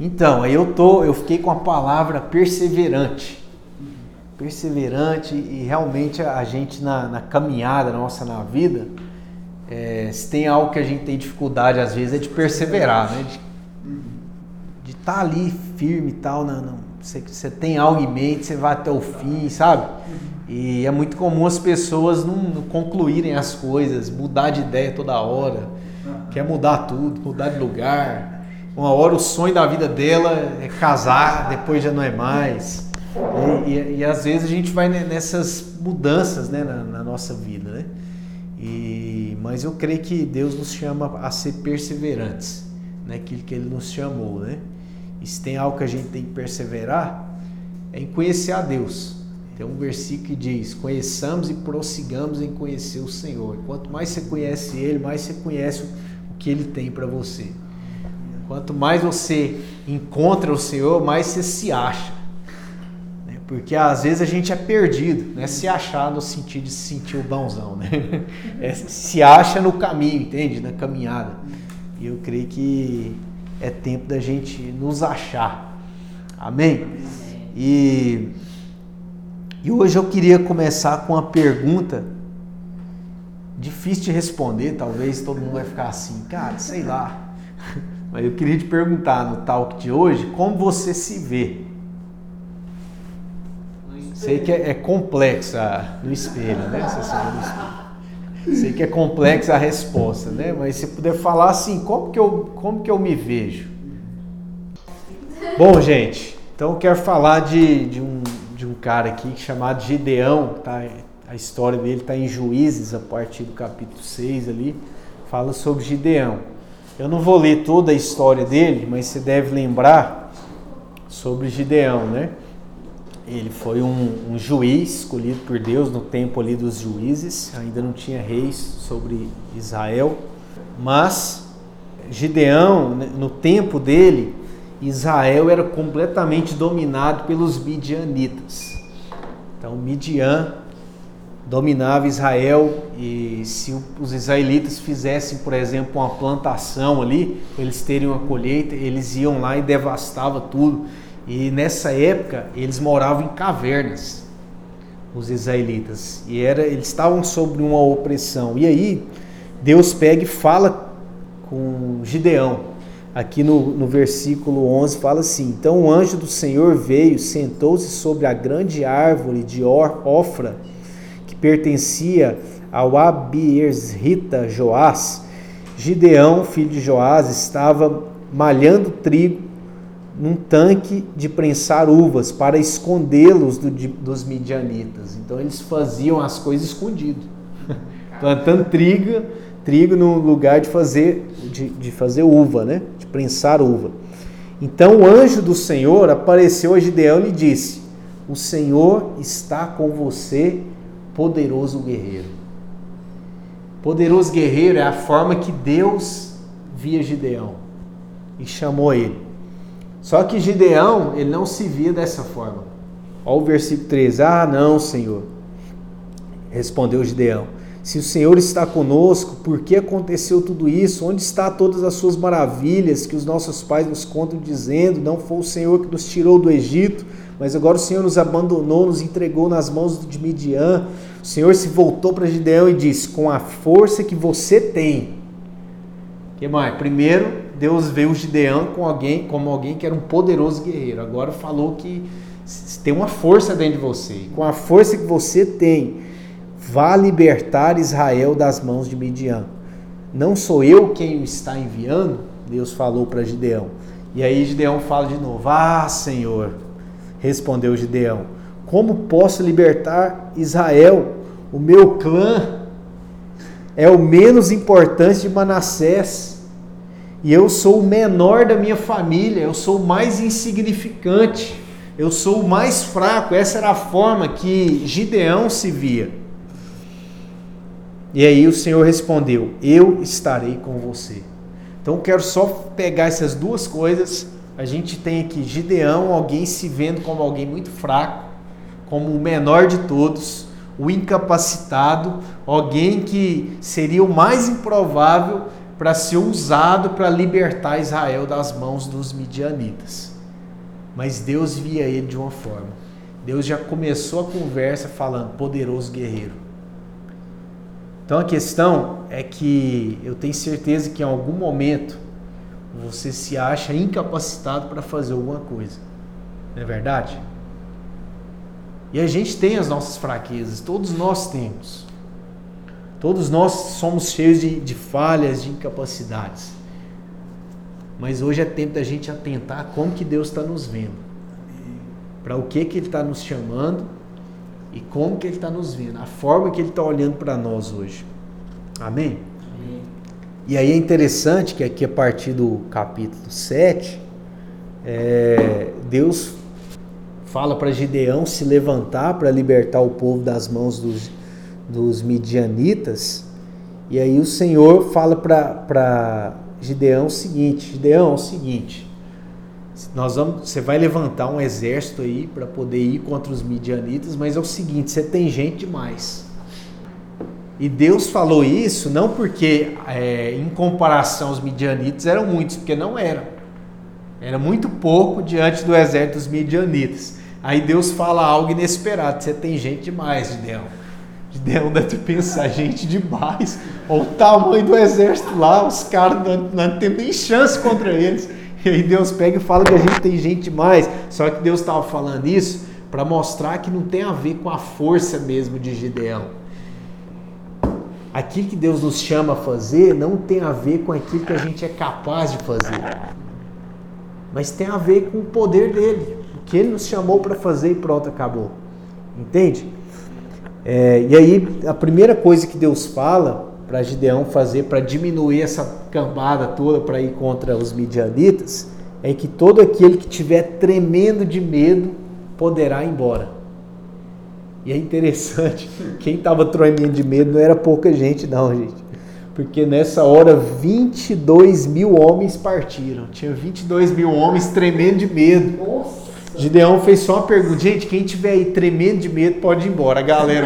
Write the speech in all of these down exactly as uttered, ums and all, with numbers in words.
Então, aí eu, tô, eu fiquei com a palavra perseverante. Perseverante e realmente a gente na, na caminhada nossa na vida, é, se tem algo que a gente tem dificuldade às vezes é de perseverar, né? De estar tá ali firme e tal, não, não, você, você tem algo em mente, você vai até o fim, sabe? E é muito comum as pessoas não, não concluírem as coisas, mudar de ideia toda hora, quer mudar tudo, mudar de lugar. Uma hora o sonho da vida dela é casar, depois já não é mais. E, e, e às vezes a gente vai nessas mudanças, né, na, na nossa vida, né? E, mas eu creio que Deus nos chama a ser perseverantes, naquilo que Ele nos chamou, né? E se tem algo que a gente tem que perseverar, é em conhecer a Deus. Tem um versículo que diz: conheçamos e prossigamos em conhecer o Senhor. Quanto mais você conhece Ele, mais você conhece o que Ele tem para você. Quanto mais você encontra o Senhor, mais você se acha. Porque às vezes a gente é perdido, não é se achar no sentido de se sentir o bonzão, né? É, se acha no caminho, entende? Na caminhada. E eu creio que é tempo da gente nos achar. Amém? E, e hoje eu queria começar com uma pergunta difícil de responder, talvez todo mundo vai ficar assim, cara, sei lá. Mas eu queria te perguntar no talk de hoje, como você se vê? Sei que é, é complexa no espelho, né? Você sabe no espelho. Sei que é complexa a resposta, né? Mas se puder falar assim, como que eu, como que eu me vejo? Bom, gente, então eu quero falar de, de, um, de um cara aqui chamado Gideão. Tá? A história dele está em Juízes, a partir do capítulo seis ali. Fala sobre Gideão. Eu não vou ler toda a história dele, mas você deve lembrar sobre Gideão, né? Ele foi um, um juiz escolhido por Deus no tempo ali dos juízes, ainda não tinha reis sobre Israel, mas Gideão, no tempo dele, Israel era completamente dominado pelos midianitas. Então Midian dominava Israel e se os israelitas fizessem, por exemplo, uma plantação ali, para eles terem uma colheita, eles iam lá e devastavam tudo. E nessa época eles moravam em cavernas, os israelitas, e era, eles estavam sob uma opressão. E aí Deus pega e fala com Gideão, aqui no, no versículo onze fala assim: então o anjo do Senhor veio, sentou-se sobre a grande árvore de Ofra, que pertencia ao Abierzrita Joás. Gideão, filho de Joás, estava malhando trigo num tanque de prensar uvas para escondê-los do, de, dos midianitas. Então eles faziam as coisas escondidas, plantando trigo, trigo no lugar de fazer, de, de fazer uva, né? De prensar uva. Então o anjo do Senhor apareceu a Gideão e lhe disse: o Senhor está com você, poderoso guerreiro. Poderoso guerreiro é a forma que Deus via Gideão e chamou ele. Só que Gideão, ele não se via dessa forma. Olha o versículo treze. Ah, não, Senhor, respondeu Gideão. Se o Senhor está conosco, por que aconteceu tudo isso? Onde estão todas as suas maravilhas que os nossos pais nos contam dizendo? Não foi o Senhor que nos tirou do Egito, mas agora o Senhor nos abandonou, nos entregou nas mãos de Midian. O Senhor se voltou para Gideão e disse: com a força que você tem. O que mais? Primeiro, Deus veio Gideão com alguém, como alguém que era um poderoso guerreiro. Agora falou que tem uma força dentro de você. Com a força que você tem, vá libertar Israel das mãos de Midian. Não sou eu quem o está enviando? Deus falou para Gideão. E aí Gideão fala de novo: ah, Senhor, respondeu Gideão, como posso libertar Israel? O meu clã é o menos importante de Manassés. E eu sou o menor da minha família, eu sou o mais insignificante, eu sou o mais fraco. Essa era a forma que Gideão se via. E aí o Senhor respondeu: eu estarei com você. Então eu quero só pegar essas duas coisas. A gente tem aqui Gideão, alguém se vendo como alguém muito fraco, como o menor de todos, o incapacitado, alguém que seria o mais improvável para ser usado para libertar Israel das mãos dos midianitas. Mas Deus via ele de uma forma. Deus já começou a conversa falando, poderoso guerreiro. Então a questão é que eu tenho certeza que em algum momento você se acha incapacitado para fazer alguma coisa. Não é verdade? E a gente tem as nossas fraquezas, todos nós temos. Todos nós somos cheios de, de falhas, de incapacidades. Mas hoje é tempo da gente atentar como que Deus está nos vendo. Para o que que Ele está nos chamando e como que Ele está nos vendo. A forma que Ele está olhando para nós hoje. Amém? Amém? E aí é interessante que aqui a partir do capítulo sete, é, Deus fala para Gideão se levantar para libertar o povo das mãos dos dos midianitas, e aí o Senhor fala para Gideão o seguinte, Gideão, é o seguinte, nós vamos, você vai levantar um exército aí para poder ir contra os midianitas, mas é o seguinte, você tem gente demais. E Deus falou isso não porque é, em comparação aos midianitas eram muitos, porque não eram. Era muito pouco diante do exército dos midianitas. Aí Deus fala algo inesperado, você tem gente demais, Gideão. Gideão deve pensar, gente demais, olha o tamanho do exército lá, os caras não, não tem nem chance contra eles. E aí Deus pega e fala que a gente tem gente demais. Só que Deus estava falando isso para mostrar que não tem a ver com a força mesmo de Gideão. Aquilo que Deus nos chama a fazer não tem a ver com aquilo que a gente é capaz de fazer, mas tem a ver com o poder dele, o que ele nos chamou para fazer e pronto, acabou. Entende? É, e aí a primeira coisa que Deus fala para Gideão fazer para diminuir essa cambada toda para ir contra os midianitas é que todo aquele que tiver tremendo de medo poderá ir embora. E é interessante, quem estava tremendo de medo não era pouca gente não, gente, porque nessa hora vinte e dois mil homens partiram, tinha vinte e dois mil homens tremendo de medo. Nossa. Gideão fez só uma pergunta, gente, quem tiver aí tremendo de medo pode ir embora. A galera,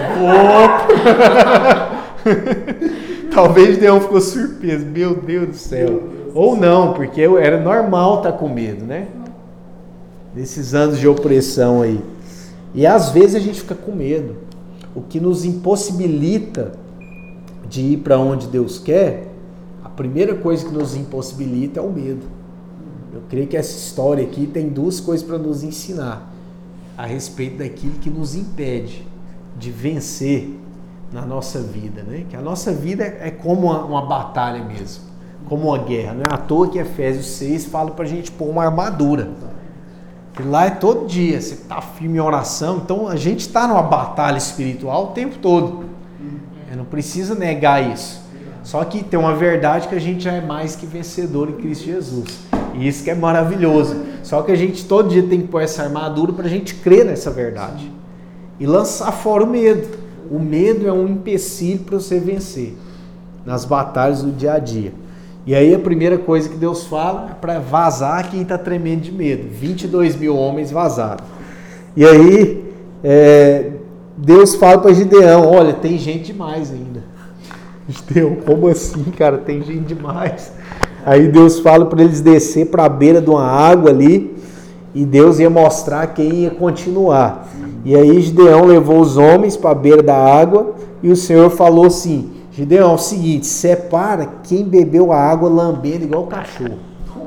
talvez Gideão ficou surpreso, meu Deus do céu. Deus Ou não, porque era normal estar com medo, né? Nesses anos de opressão aí. E às vezes a gente fica com medo. O que nos impossibilita de ir para onde Deus quer, a primeira coisa que nos impossibilita é o medo. Eu creio que essa história aqui tem duas coisas para nos ensinar a respeito daquilo que nos impede de vencer na nossa vida, né? Que a nossa vida é como uma, uma batalha mesmo, como uma guerra. Não é à toa que Efésios seis fala para a gente pôr uma armadura. Que lá é todo dia, você está firme em oração, então a gente está numa batalha espiritual o tempo todo. Eu não precisa negar isso. Só que tem uma verdade que a gente já é mais que vencedor em Cristo Jesus. E isso que é maravilhoso. Só que a gente todo dia tem que pôr essa armadura para a gente crer nessa verdade. E lançar fora o medo. O medo é um empecilho para você vencer nas batalhas do dia a dia. E aí a primeira coisa que Deus fala é para vazar quem está tremendo de medo. vinte e dois mil homens vazaram. E aí é, Deus fala para Gideão, olha, tem gente demais ainda. Gideão, como assim, cara? Tem gente demais. Aí Deus fala para eles descer para a beira de uma água ali e Deus ia mostrar quem ia continuar. E aí Gideão levou os homens para a beira da água e o Senhor falou assim, Gideão, é o seguinte, separa quem bebeu a água lambendo igual o cachorro.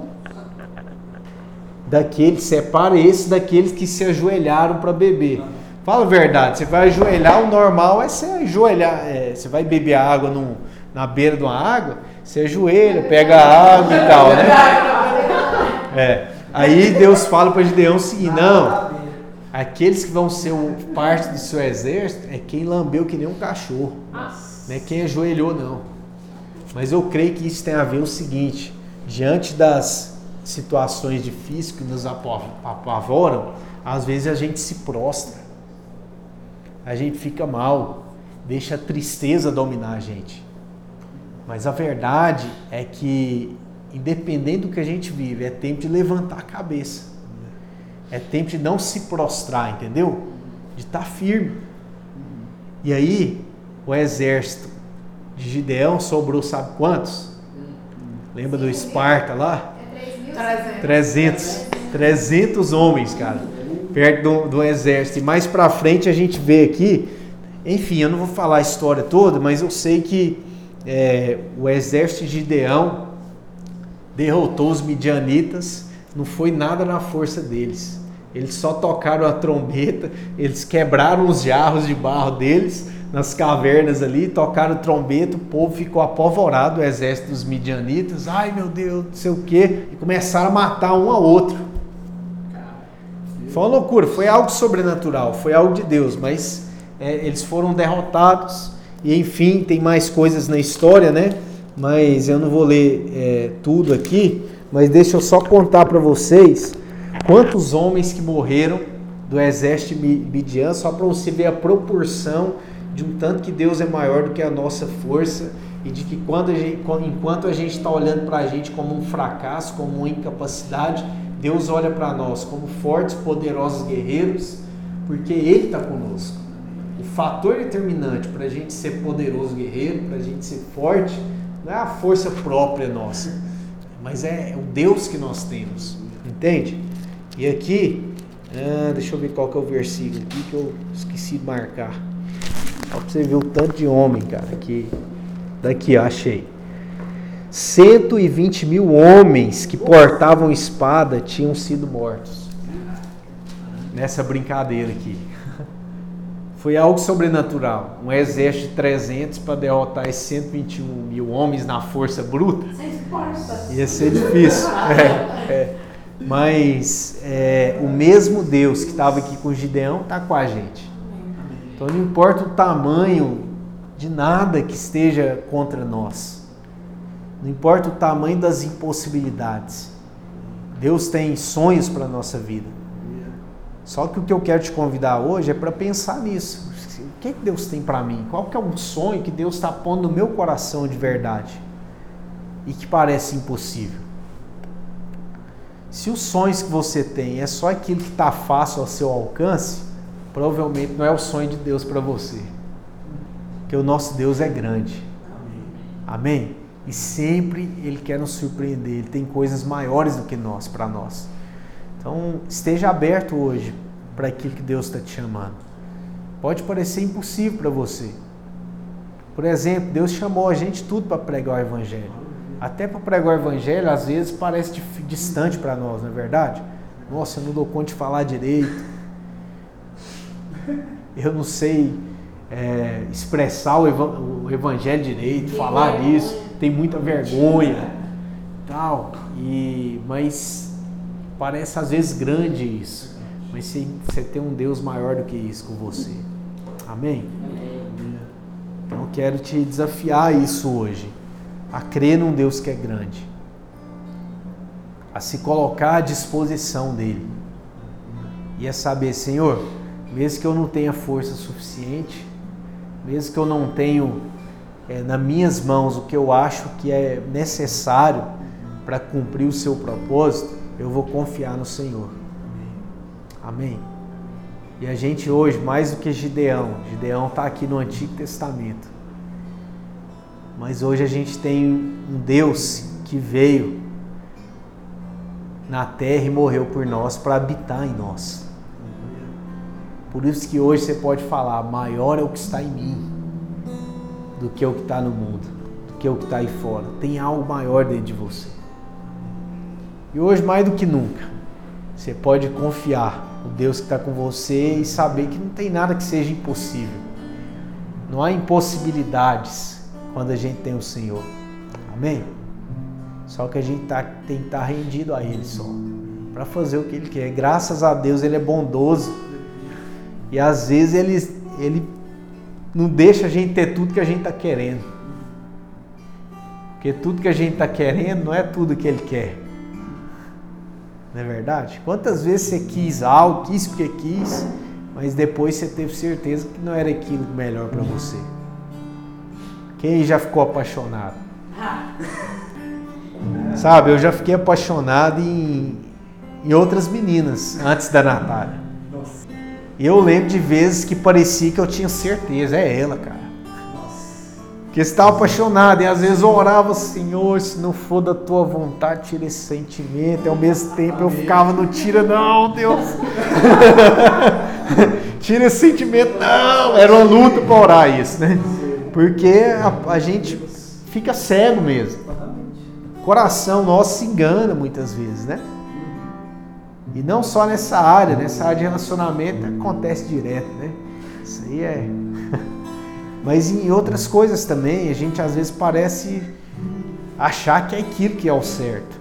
Daqueles, separa esse daqueles que se ajoelharam para beber. Fala a verdade, você vai ajoelhar, o normal é você ajoelhar, é, você vai beber a água no, na beira de uma água, você ajoelha, pega a água e tal, né? É. Aí Deus fala para Gideão o seguinte, não, aqueles que vão ser parte do seu exército é quem lambeu que nem um cachorro, não é quem ajoelhou não. Mas eu creio que isso tem a ver o seguinte, diante das situações difíceis que nos apavoram, às vezes a gente se prostra, a gente fica mal, deixa a tristeza dominar a gente. Mas a verdade é que, independente do que a gente vive, é tempo de levantar a cabeça. É tempo de não se prostrar, entendeu? De estar firme. E aí, o exército de Gideão sobrou, sabe quantos? Lembra do Esparta lá? trezentos. trezentos homens, cara, perto do, do exército. E mais pra frente a gente vê aqui, enfim, eu não vou falar a história toda, mas eu sei que é, o exército de Gideão derrotou os midianitas, não foi nada na força deles. Eles só tocaram a trombeta, eles quebraram os jarros de barro deles nas cavernas ali, tocaram trombeta, o povo ficou apavorado, o exército dos midianitas, ai meu Deus, não sei o que, e começaram a matar um ao outro. Foi uma loucura, foi algo sobrenatural, foi algo de Deus, mas é, eles foram derrotados, e enfim, tem mais coisas na história, né? Mas eu não vou ler é, tudo aqui, mas deixa eu só contar para vocês quantos homens que morreram do exército midian, só para você ver a proporção de um tanto que Deus é maior do que a nossa força e de que quando a gente, enquanto a gente está olhando para a gente como um fracasso, como uma incapacidade, Deus olha para nós como fortes, poderosos guerreiros, porque Ele está conosco. O fator determinante para a gente ser poderoso guerreiro, para a gente ser forte, não é a força própria nossa, mas é o Deus que nós temos, entende? E aqui, ah, deixa eu ver qual que é o versículo aqui que eu esqueci de marcar. Só pra você ver o tanto de homem, cara, que daqui, ó, achei. cento e vinte mil homens que portavam espada tinham sido mortos nessa brincadeira aqui. Foi algo sobrenatural. Um exército de trezentos para derrotar esses cento e vinte e um mil homens na força bruta. Ia ser difícil. É, é. Mas é, o mesmo Deus que estava aqui com Gideão está com a gente. Então não importa o tamanho de nada que esteja contra nós. Não importa o tamanho das impossibilidades. Deus tem sonhos para a nossa vida. Só que o que eu quero te convidar hoje é para pensar nisso. O que, é que Deus tem para mim? Qual que é um sonho que Deus está pondo no meu coração de verdade? E que parece impossível? Se os sonhos que você tem é só aquilo que está fácil ao seu alcance, provavelmente não é o sonho de Deus para você. Porque o nosso Deus é grande. Amém? E sempre Ele quer nos surpreender. Ele tem coisas maiores do que nós, para nós. Então, esteja aberto hoje para aquilo que Deus está te chamando. Pode parecer impossível para você. Por exemplo, Deus chamou a gente tudo para pregar o Evangelho. Até para pregar o Evangelho, às vezes parece distante para nós, não é verdade? Nossa, eu não dou conta de falar direito. Eu não sei é, expressar o Evangelho direito, falar disso. Tem muita vergonha. Tal. E, mas parece às vezes grande isso. Mas você, você tem um Deus maior do que isso com você. Amém? Então eu quero te desafiar a isso hoje. A crer num Deus que é grande. A se colocar à disposição dele. E a saber, Senhor, mesmo que eu não tenha força suficiente, mesmo que eu não tenho é, nas minhas mãos o que eu acho que é necessário para cumprir o seu propósito, eu vou confiar no Senhor. Amém? E a gente hoje, mais do que Gideão, Gideão está aqui no Antigo Testamento, mas hoje a gente tem um Deus que veio na terra e morreu por nós para habitar em nós. Por isso que hoje você pode falar, maior é o que está em mim do que o que está no mundo, do que o que está aí fora. Tem algo maior dentro de você. E hoje, mais do que nunca, você pode confiar no Deus que está com você e saber que não tem nada que seja impossível. Não há impossibilidades quando a gente tem o Senhor. Amém? Só que a gente tá, tem que estar rendido a Ele só, para fazer o que Ele quer. Graças a Deus Ele é bondoso. E às vezes Ele, ele não deixa a gente ter tudo que a gente está querendo. Porque tudo que a gente está querendo não é tudo que Ele quer. Não é verdade? Quantas vezes você quis algo, quis porque quis, mas depois você teve certeza que não era aquilo melhor para você? Quem já ficou apaixonado? Sabe, eu já fiquei apaixonado em, em outras meninas antes da Natália. E eu lembro de vezes que parecia que eu tinha certeza, é ela, cara. Que Porque você estava apaixonado e às vezes eu orava, Senhor, se não for da tua vontade, tira esse sentimento. E ao mesmo tempo eu ficava, não tira não, Deus. Tira esse sentimento, não. Era uma luta para orar isso, né? Porque a, a gente fica cego mesmo. O coração nosso se engana muitas vezes, né? E não só nessa área, nessa área de relacionamento acontece direto, né? Isso aí é... Mas em outras coisas também, a gente às vezes parece achar que é aquilo que é o certo.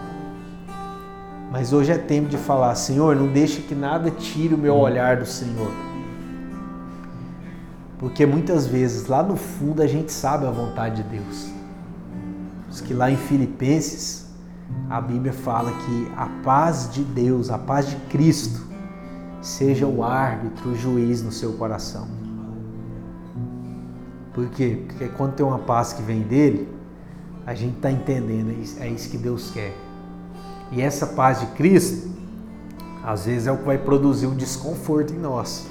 Mas hoje é tempo de falar, Senhor, não deixa que nada tire o meu olhar do Senhor. Porque muitas vezes, lá no fundo, a gente sabe a vontade de Deus. Diz que lá em Filipenses, a Bíblia fala que a paz de Deus, a paz de Cristo, seja o árbitro, o juiz no seu coração. Por quê? Porque quando tem uma paz que vem dele, a gente está entendendo, é isso que Deus quer. E essa paz de Cristo, às vezes é o que vai produzir um desconforto em nós.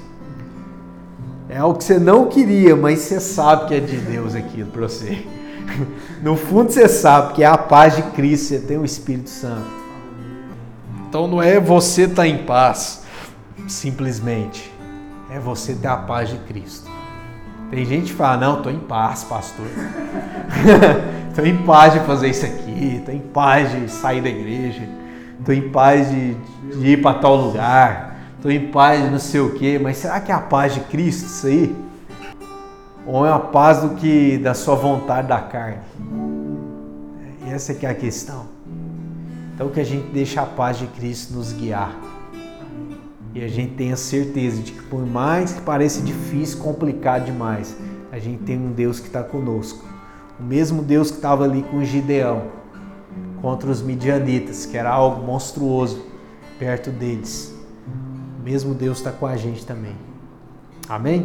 É algo que você não queria, mas você sabe que é de Deus aquilo para você. No fundo você sabe que é a paz de Cristo, você tem o Espírito Santo. Então não é você estar em paz, simplesmente. É você ter a paz de Cristo. Tem gente que fala, não, estou em paz, pastor. Estou em paz de fazer isso aqui, estou em paz de sair da igreja, estou em paz de, de ir para tal lugar, estou em paz de não sei o quê. Mas será que é a paz de Cristo isso aí? Ou é a paz do que da sua vontade da carne? E essa que é a questão. Então que a gente deixe a paz de Cristo nos guiar. E a gente tenha certeza de que por mais que pareça difícil, complicado demais, a gente tem um Deus que está conosco. O mesmo Deus que estava ali com Gideão, contra os midianitas, que era algo monstruoso perto deles. O mesmo Deus está com a gente também. Amém?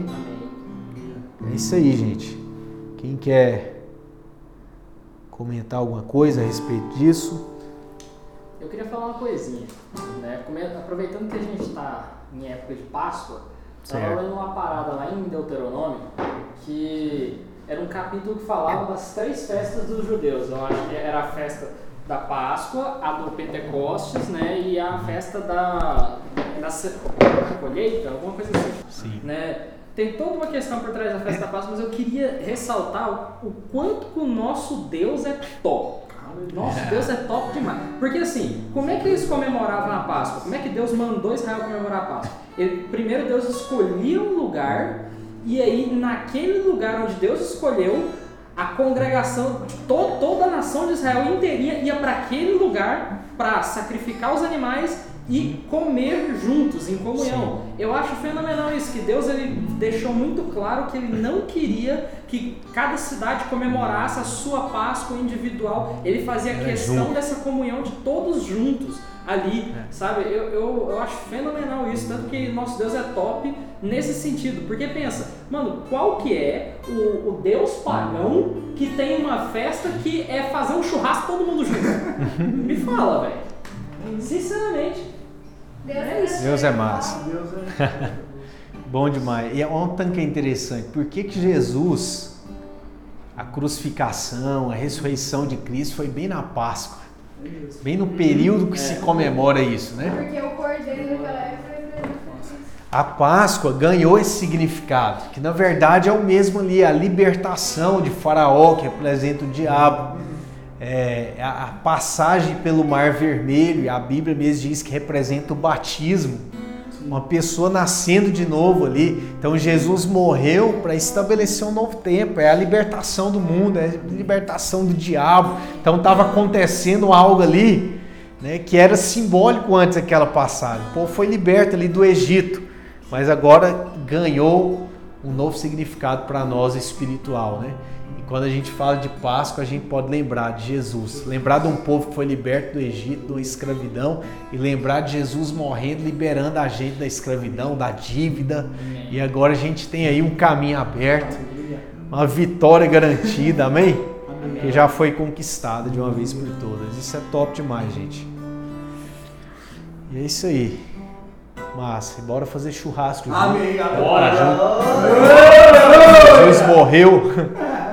É isso aí, gente. Quem quer comentar alguma coisa a respeito disso? Eu queria falar uma coisinha, né? Aproveitando que a gente está em época de Páscoa, estava lendo uma parada lá em Deuteronômio, que era um capítulo que falava das três festas dos judeus. Eu acho que era a festa da Páscoa, a do Pentecostes, né? E a festa da, da colheita, alguma coisa assim. Sim. Né? Tem toda uma questão por trás da festa da Páscoa, mas eu queria ressaltar o, o quanto que o nosso Deus é top. Nossa, Deus é top demais. Porque assim, como é que eles comemoravam a Páscoa? Como é que Deus mandou Israel comemorar a Páscoa? Ele, primeiro Deus escolhia um lugar, e aí naquele lugar onde Deus escolheu, a congregação, to, toda a nação de Israel inteirinha ia para aquele lugar para sacrificar os animais e comer juntos, em comunhão. Sim. Eu acho fenomenal isso, que Deus ele deixou muito claro que ele não queria que cada cidade comemorasse a sua Páscoa individual. Ele fazia é questão junto. dessa comunhão de todos juntos ali, é. sabe? Eu, eu, eu acho fenomenal isso, tanto que nosso Deus é top nesse sentido. Porque pensa, mano, qual que é o, o Deus pagão que tem uma festa que é fazer um churrasco todo mundo junto? Me fala, velho. Sinceramente. Deus é isso. Deus é massa. Deus é... Bom demais. E olha um tanto que é interessante. Por que que Jesus, a crucificação, a ressurreição de Cristo foi bem na Páscoa? Bem no período que é. se comemora isso, né? Porque o cordeiro daquela época... A Páscoa ganhou esse significado, que na verdade é o mesmo ali, a libertação de Faraó, que representa o diabo. É, a passagem pelo Mar Vermelho, e a Bíblia mesmo diz que representa o batismo, uma pessoa nascendo de novo ali. Então Jesus morreu para estabelecer um novo tempo, é a libertação do mundo, é a libertação do diabo. Então estava acontecendo algo ali, né, que era simbólico antes daquela passagem. O povo foi liberto ali do Egito, mas agora ganhou um novo significado para nós espiritual, né? Quando a gente fala de Páscoa, a gente pode lembrar de Jesus, lembrar de um povo que foi liberto do Egito, da escravidão, e lembrar de Jesus morrendo, liberando a gente da escravidão, da dívida. E agora a gente tem aí um caminho aberto, uma vitória garantida, amém? Que já foi conquistada de uma vez por todas. Isso é top demais, gente. E é isso aí. Massa, bora fazer churrasco. Amém, bora. Jesus morreu.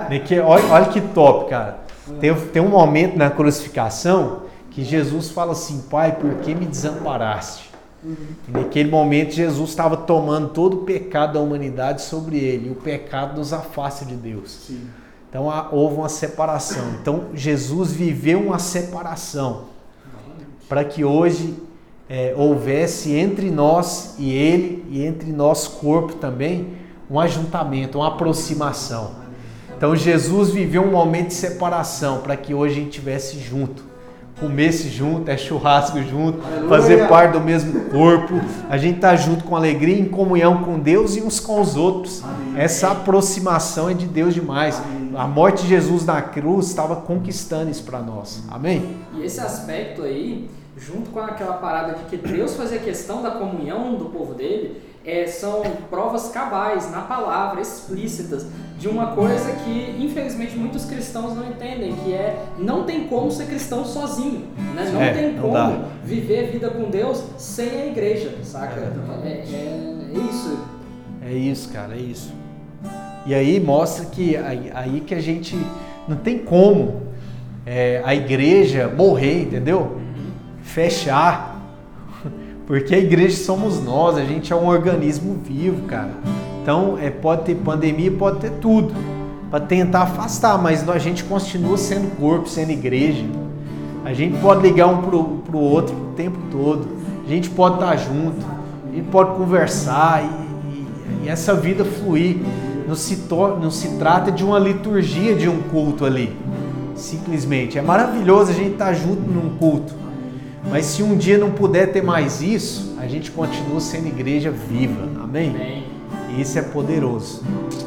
Que, olha, olha que top, cara. Tem, tem um momento na crucificação que Jesus fala assim: Pai, por que me desamparaste? Uhum. E naquele momento Jesus estava tomando todo o pecado da humanidade sobre ele. E o pecado nos afasta de Deus. Sim. Então houve uma separação. Então Jesus viveu uma separação para que hoje é, houvesse entre nós e ele, e entre nosso corpo também, um ajuntamento, uma aproximação. Então Jesus viveu um momento de separação para que hoje a gente estivesse junto, comesse junto, é churrasco junto, Aleluia. Fazer parte do mesmo corpo, a gente está junto com alegria, em comunhão com Deus e uns com os outros. Amém. Essa aproximação é de Deus demais. Amém. A morte de Jesus na cruz estava conquistando isso para nós. Amém? E esse aspecto aí, junto com aquela parada de que Deus fazia questão da comunhão do povo dele, é, são provas cabais, na palavra, explícitas, de uma coisa que infelizmente muitos cristãos não entendem, que é, não tem como ser cristão sozinho, né? Não é, tem não como dá. Viver a vida com Deus sem a igreja, saca? É, é, é isso. É isso, cara, é isso. E aí mostra que aí, aí que a gente não tem como é, a igreja morrer, entendeu? Fechar. Porque a igreja somos nós, a gente é um organismo vivo, cara. Então, é, pode ter pandemia, pode ter tudo, para tentar afastar, mas a gente continua sendo corpo, sendo igreja. A gente pode ligar um pro, pro outro o tempo todo, a gente pode estar junto, a gente pode conversar e, e, e essa vida fluir. Não se, to, não se trata de uma liturgia de um culto ali, simplesmente. É maravilhoso a gente estar junto num culto. Mas se um dia não puder ter mais isso, a gente continua sendo igreja viva. Amém? Amém. E isso é poderoso.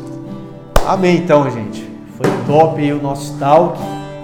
Amém, então, gente. Foi top aí o nosso talk.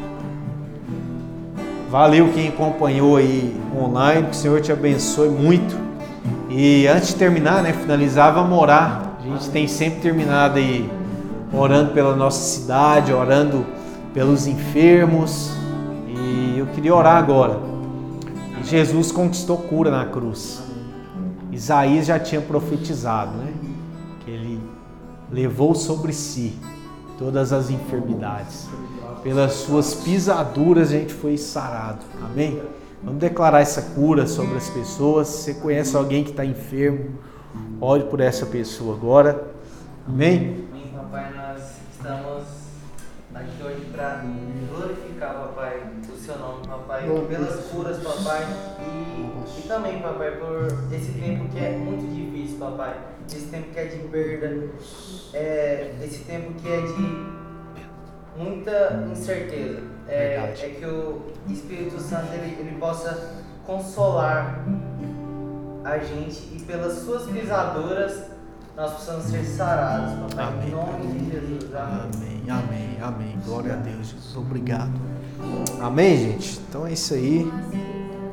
Valeu quem acompanhou aí online. Que o Senhor te abençoe muito. E antes de terminar, né, finalizar, vamos orar. A gente tem sempre terminado aí orando pela nossa cidade, orando pelos enfermos. E eu queria orar agora. Jesus conquistou cura na cruz. Isaías já tinha profetizado, né? Que ele levou sobre si todas as enfermidades. Pelas suas pisaduras a gente foi sarado. Amém? Vamos declarar essa cura sobre as pessoas. Se você conhece alguém que está enfermo, ore por essa pessoa agora. Amém? Amém, papai. Nós estamos aqui hoje para glorificar, papai, o seu nome, papai, pelas curas, papai, e, e também, papai, por esse tempo que é muito difícil, papai, esse tempo que é de perda, é, esse tempo que é de muita incerteza, é, é que o Espírito Santo ele, ele possa consolar a gente e pelas suas pisaduras nós precisamos ser sarados, papai, amém. Em nome de Jesus. Amém. Amém, amém, amém. Glória a Deus, Jesus. Obrigado. Amém, gente? Então é isso aí.